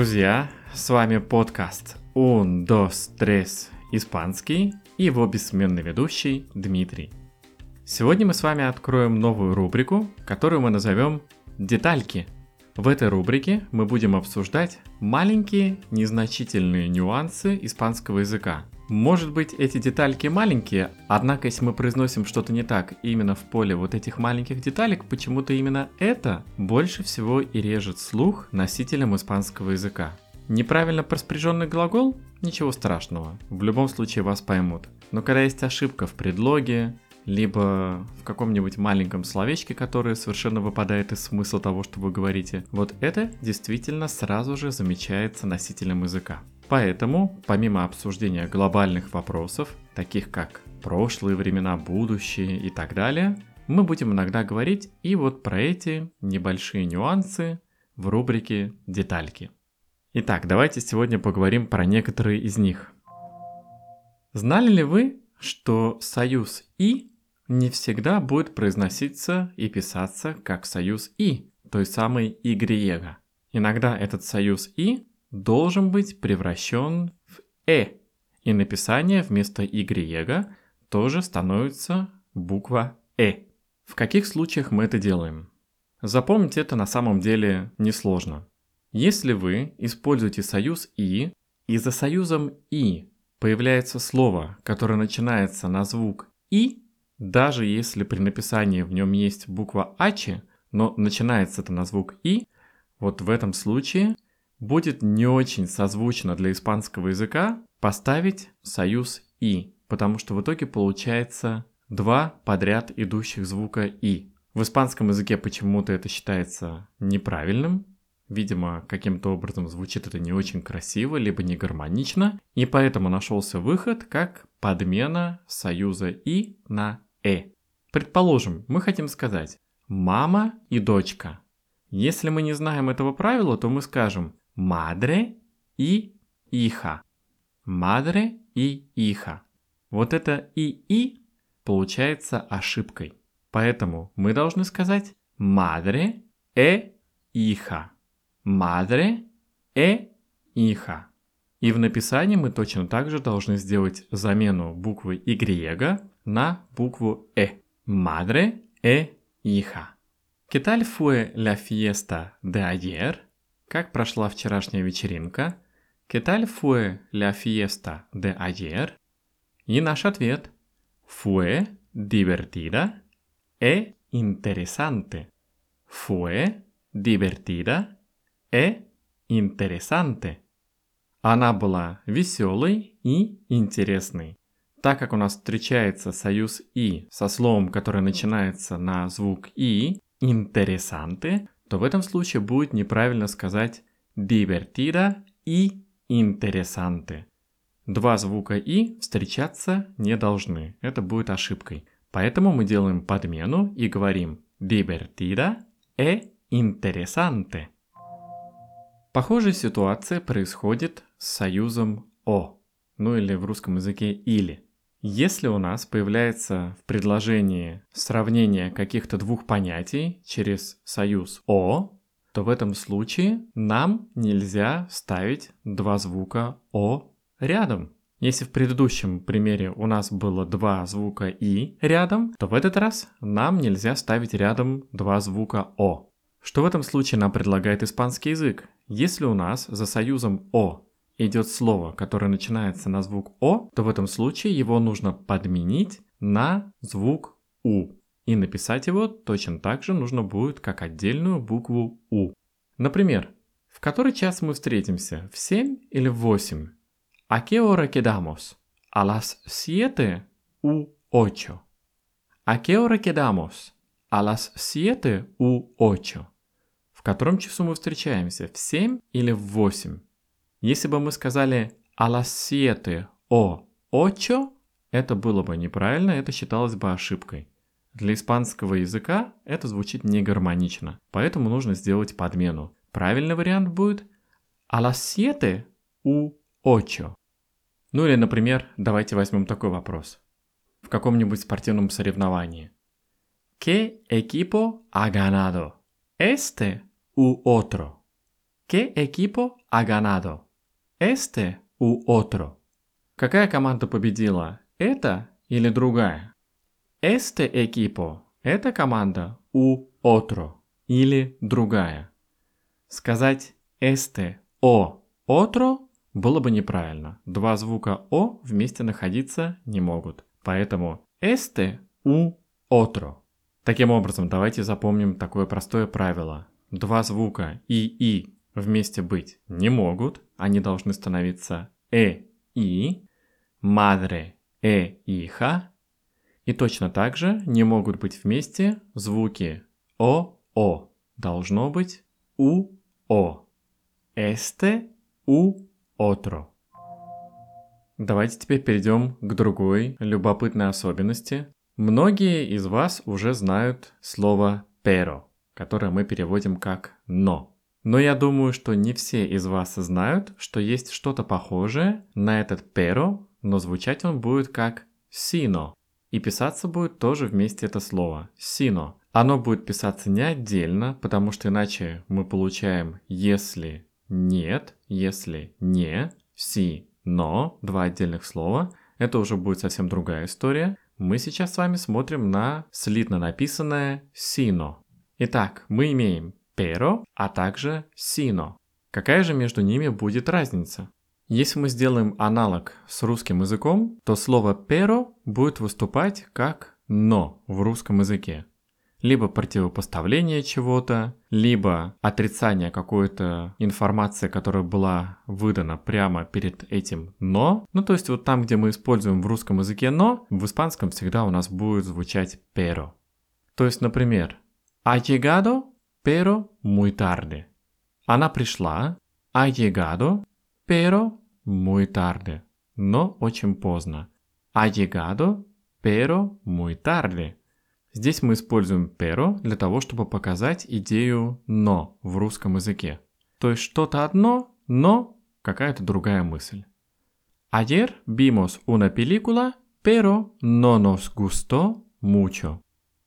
Друзья, с вами подкаст Un, dos, tres испанский и его бессменный ведущий Дмитрий. Сегодня мы с вами откроем новую рубрику, которую мы назовем «Детальки». В этой рубрике мы будем обсуждать маленькие, незначительные нюансы испанского языка. Может быть, эти детальки маленькие, однако если мы произносим что-то не так именно в поле вот этих маленьких деталек, почему-то именно это больше всего и режет слух носителям испанского языка. Неправильно проспряженный глагол? Ничего страшного, в любом случае вас поймут. Но когда есть ошибка в предлоге, либо в каком-нибудь маленьком словечке, которое совершенно выпадает из смысла того, что вы говорите, вот это действительно сразу же замечается носителем языка. Поэтому, помимо обсуждения глобальных вопросов, таких как прошлые времена, будущее и так далее, мы будем иногда говорить и вот про эти небольшие нюансы в рубрике «Детальки». Итак, давайте сегодня поговорим про некоторые из них. Знали ли вы, что союз «и» не всегда будет произноситься и писаться как союз «и», той самой «y». Иногда этот союз «и» должен быть превращен в и написание вместо «y» тоже становится буква В каких случаях мы это делаем? Запомнить это на самом деле несложно. Если вы используете союз «и», и за союзом «и» появляется слово, которое начинается на звук «и», даже если при написании в нем есть буква «ачи», но начинается это на звук «и», вот в этом случае будет не очень созвучно для испанского языка поставить союз «и», потому что в итоге получается два подряд идущих звука «и». В испанском языке почему-то это считается неправильным, видимо, каким-то образом звучит это не очень красиво, либо не гармонично, и поэтому нашелся выход как подмена союза «и» на Предположим, мы хотим сказать «мама» и «дочка». Если мы не знаем этого правила, то мы скажем «madre» и «hija». «Madre» и «hija». Вот это «и» получается ошибкой. Поэтому мы должны сказать «madre e hija». «Madre e hija». И в написании мы точно так же должны сделать замену буквы «y» на букву «Madre e hija». ¿Qué tal fue la fiesta de ayer? Как прошла вчерашняя вечеринка? ¿Qué tal fue la fiesta de ayer? И наш ответ fue divertida e interesante. Fue divertida e interesante. Она была веселой и интересной. Так как у нас встречается союз «и» со словом, которое начинается на звук «и», interesante, то в этом случае будет неправильно сказать divertida и interesante. Два звука «и» встречаться не должны, это будет ошибкой. Поэтому мы делаем подмену и говорим divertida e interesante. Похожая ситуация происходит с союзом «о», ну или в русском языке «или». Если у нас появляется в предложении сравнение каких-то двух понятий через союз «о», то в этом случае нам нельзя ставить два звука «о» рядом. Если в предыдущем примере у нас было два звука «и» рядом, то в этот раз нам нельзя ставить рядом два звука «о». Что в этом случае нам предлагает испанский язык? Если у нас за союзом «о» идет слово, которое начинается на звук «о», то в этом случае его нужно подменить на звук «у». И написать его точно так же нужно будет, как отдельную букву «у». Например, в который час мы встретимся? В 7 или в 8? ¿A qué hora quedamos? ¿A las 7 u 8? ¿A qué hora quedamos? ¿A las 7 u 8? В котором часу мы встречаемся? В 7 или в 8? Если бы мы сказали «a las 7 o 8», это было бы неправильно, это считалось бы ошибкой. Для испанского языка это звучит не гармонично, поэтому нужно сделать подмену. Правильный вариант будет «a las 7 u 8». Ну или, например, давайте возьмем такой вопрос. В каком-нибудь спортивном соревновании. ¿Qué equipo ha ganado? ¿Este u otro? ¿Qué equipo ha ganado. Este u otro. Какая команда победила? Это или другая? Este equipo – это команда u otro или другая. Сказать este o otro было бы неправильно. Два звука о вместе находиться не могут. Поэтому este u otro. Таким образом, давайте запомним такое простое правило. Два звука и вместе быть не могут. Они должны становиться и, madre, hija. И точно так же не могут быть вместе звуки о. Должно быть о. Este u otro. Давайте теперь перейдем к другой любопытной особенности. Многие из вас уже знают слово pero, которое мы переводим как но. Но я думаю, что не все из вас знают, что есть что-то похожее на этот pero, но звучать он будет как sino. И писаться будет тоже вместе это слово sino. Оно будет писаться не отдельно, потому что иначе мы получаем если нет, если не, si, но, два отдельных слова. Это уже будет совсем другая история. Мы сейчас с вами смотрим на слитно написанное sino. Итак, мы имеем pero, а также sino. Какая же между ними будет разница? Если мы сделаем аналог с русским языком, то слово pero будет выступать как но в русском языке. Либо противопоставление чего-то, либо отрицание какой-то информации, которая была выдана прямо перед этим «но». Ну, то есть вот там, где мы используем в русском языке «но», в испанском всегда у нас будет звучать «pero». То есть, например, «ha llegado, pero muy tarde». Она пришла, «ha llegado, pero muy tarde». Но очень поздно. «Ha llegado, pero muy tarde». Здесь мы используем pero для того, чтобы показать идею «но» в русском языке. То есть что-то одно, но какая-то другая мысль. Ayer vimos una película, pero no nos gustó mucho.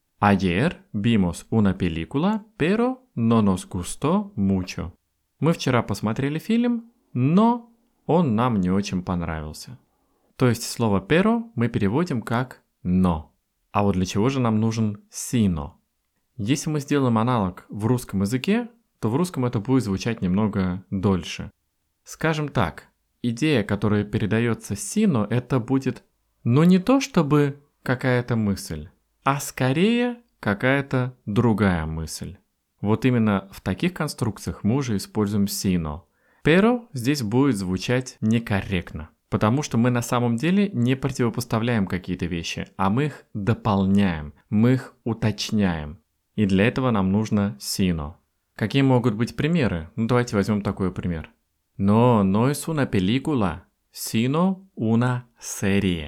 Ayer vimos una película, pero no nos gustó mucho. Мы вчера посмотрели фильм, но он нам не очень понравился. То есть слово pero мы переводим как «но». А вот для чего же нам нужен sino? Если мы сделаем аналог в русском языке, то в русском это будет звучать немного дольше. Скажем так, идея, которая передается sino, это будет, ну не то чтобы какая-то мысль, а скорее какая-то другая мысль. Вот именно в таких конструкциях мы уже используем sino. Pero здесь будет звучать некорректно. Потому что мы на самом деле не противопоставляем какие-то вещи, а мы их дополняем, мы их уточняем. И для этого нам нужно sino. Какие могут быть примеры? Ну давайте возьмем такой пример. No es una película, sino una serie.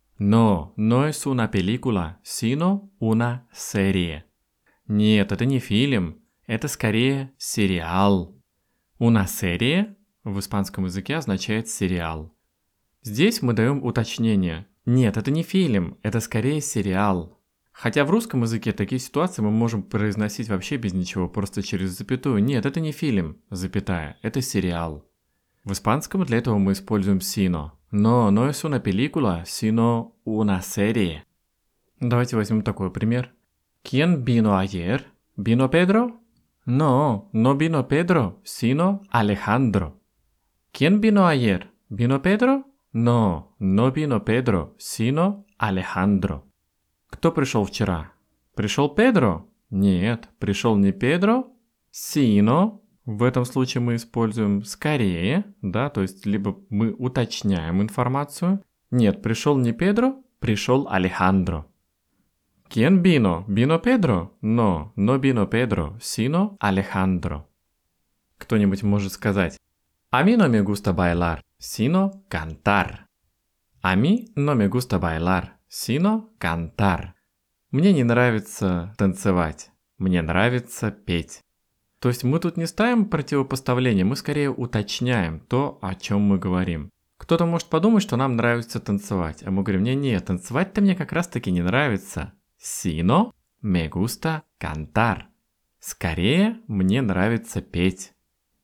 No es una película, sino una serie. Нет, это не фильм, это скорее сериал. Una serie в испанском языке означает сериал. Здесь мы даем уточнение. Нет, это не фильм, это скорее сериал. Хотя в русском языке такие ситуации мы можем произносить вообще без ничего, просто через запятую. Нет, это не фильм, запятая, это сериал. В испанском для этого мы используем sino. No es una película, sino una serie. Давайте возьмем такой пример. ¿Quién vino ayer? ¿Vino Pedro? No vino Pedro, sino Alejandro. ¿Quién vino ayer? ¿Vino Pedro? No vino Pedro, sino Alejandro. Кто пришел вчера? Пришел Педро? Нет, пришел не Педро, sino. В этом случае мы используем скорее, да, то есть либо мы уточняем информацию. Нет, пришел не Педро, пришел Алехандро. ¿Quién vino? ¿Vino Pedro? No vino Pedro, sino Alejandro. Кто-нибудь может сказать: A mí no me gusta bailar, sino cantar. A mí no me gusta bailar, sino cantar. Мне не нравится танцевать, мне нравится петь. То есть мы тут не ставим противопоставление, мы скорее уточняем то, о чем мы говорим. Кто-то может подумать, что нам нравится танцевать, а мы говорим: не, танцевать-то мне как раз-таки не нравится. Sino me gusta cantar. Скорее мне нравится петь.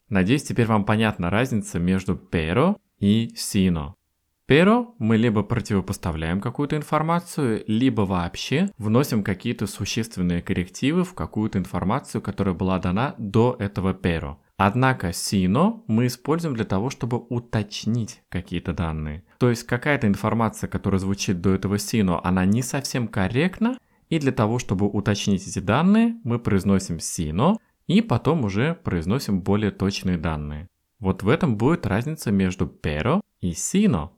Надеюсь, теперь вам понятна разница между pero и sino. Pero мы либо противопоставляем какую-то информацию, либо вообще вносим какие-то существенные коррективы в какую-то информацию, которая была дана до этого pero. Однако sino мы используем для того, чтобы уточнить какие-то данные. То есть какая-то информация, которая звучит до этого sino, она не совсем корректна, и для того, чтобы уточнить эти данные, мы произносим sino, и потом уже произносим более точные данные. Вот в этом будет разница между pero и sino.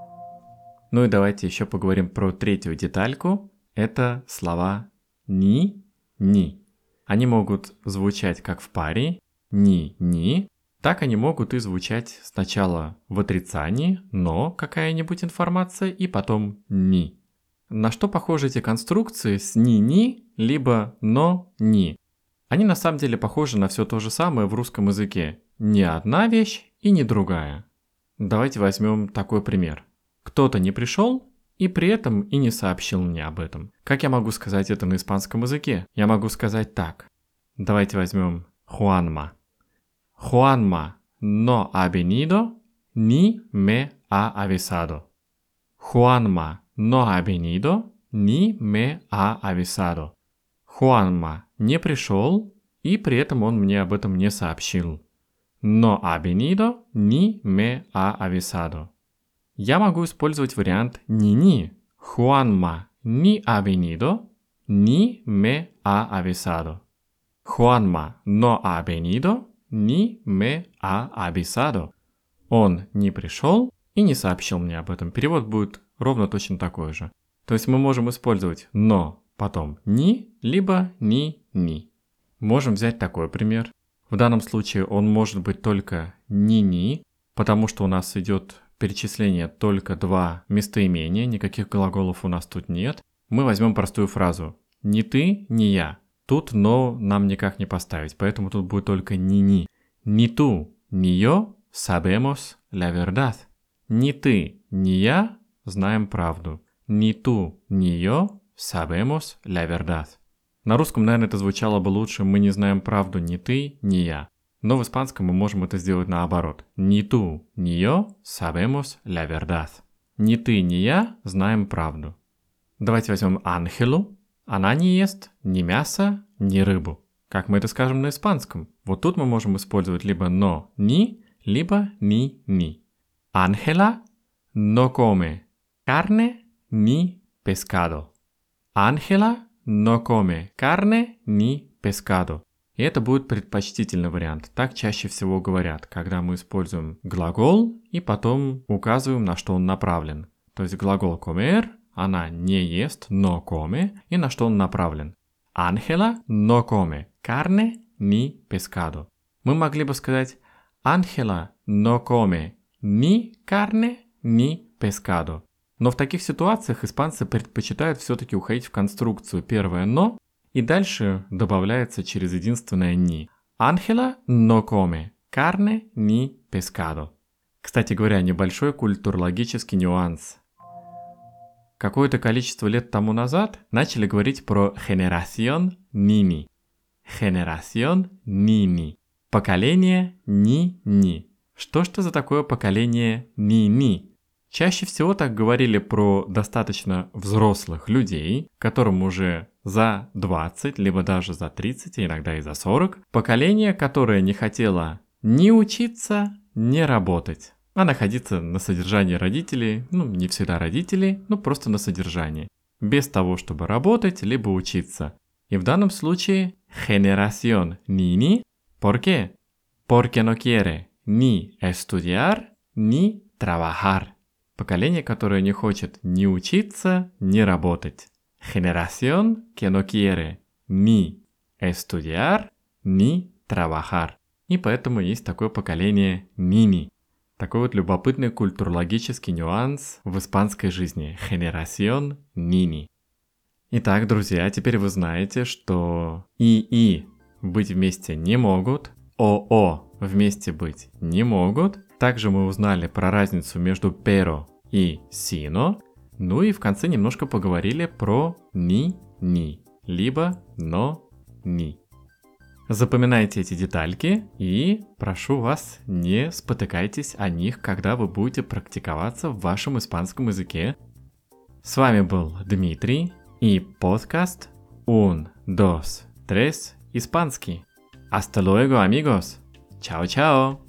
Ну и давайте еще поговорим про третью детальку. Это слова ни, ни. Они могут звучать как в паре ни, ни. Так они могут и звучать сначала в отрицании, но какая-нибудь информация, и потом ни. На что похожи эти конструкции с ни-ни, либо но-ни? Они на самом деле похожи на все то же самое в русском языке. Ни одна вещь и ни другая. Давайте возьмем такой пример. Кто-то не пришел и при этом и не сообщил мне об этом. Как я могу сказать это на испанском языке? Я могу сказать так. Давайте возьмем Juanma. Juanma no ha venido ni me ha avisado. Juanma no ha venido ni me ha avisado. Juanma не пришел и при этом он мне об этом не сообщил. No ha venido ni me ha avisado. Я могу использовать вариант ни-ни. Juanma ni ha venido, ni me ha avisado. Juanma no ha venido, ni me ha avisado. Он не пришел и не сообщил мне об этом. Перевод будет ровно точно такой же. То есть мы можем использовать но, потом ни, либо ни-ни. Можем взять такой пример. В данном случае он может быть только ни-ни, потому что у нас идет перечисление только два местоимения, никаких глаголов у нас тут нет. Мы возьмем простую фразу «ни ты, ни я». Тут «но» нам никак не поставить, поэтому тут будет только «ни-ни». «Ни tú, ни yo sabemos la verdad». «Ни ты, ни я знаем правду». «Ни tú, ни yo sabemos la verdad». На русском, наверное, это звучало бы лучше «мы не знаем правду ни ты, ни я». Но в испанском мы можем это сделать наоборот. Ни tú, ни yo sabemos la verdad. Ни ты, ни я знаем правду. Давайте возьмем Ангелу. Она не ест ни мясо, ни рыбу. Как мы это скажем на испанском? Вот тут мы можем использовать либо no, ни, либо ни. Ángela no come carne ni pescado. Ángela no come carne ni pescado. И это будет предпочтительный вариант. Так чаще всего говорят, когда мы используем глагол и потом указываем, на что он направлен. То есть глагол comer, она не ест, но come, и на что он направлен. Ángela no come carne ni pescado. Мы могли бы сказать Ángela no come ni carne ni pescado. Но в таких ситуациях испанцы предпочитают все-таки уходить в конструкцию первое «но», и дальше добавляется через единственное «ни». Ángela no come carne ni pescado. Кстати говоря, небольшой культурологический нюанс. Какое-то количество лет тому назад начали говорить про generación Nini. Generación Nini. Поколение Ни-Ни. Что ж это за такое поколение Ни-Ни? Чаще всего так говорили про достаточно взрослых людей, которым уже за 20, либо даже за 30, иногда и за 40. Поколение, которое не хотело ни учиться, ни работать, а находиться на содержании родителей, не всегда родителей, просто на содержании, без того, чтобы работать, либо учиться. И в данном случае generación Nini. ¿Por qué? Porque no quiere ni estudiar, ni trabajar. Поколение, которое не хочет ни учиться, ни работать. Generación que no quiere ni estudiar, ni trabajar. И поэтому есть такое поколение Nini. Такой вот любопытный культурологический нюанс в испанской жизни. Generación Nini. Итак, друзья, теперь вы знаете, что и быть вместе не могут, о вместе быть не могут. Также мы узнали про разницу между pero и sino. Ну и в конце немножко поговорили про ни-ни, либо но-ни. Запоминайте эти детальки и, прошу вас, не спотыкайтесь о них, когда вы будете практиковаться в вашем испанском языке. С вами был Дмитрий и подкаст Un, dos, tres, испанский. Hasta luego, amigos. Чао-чао.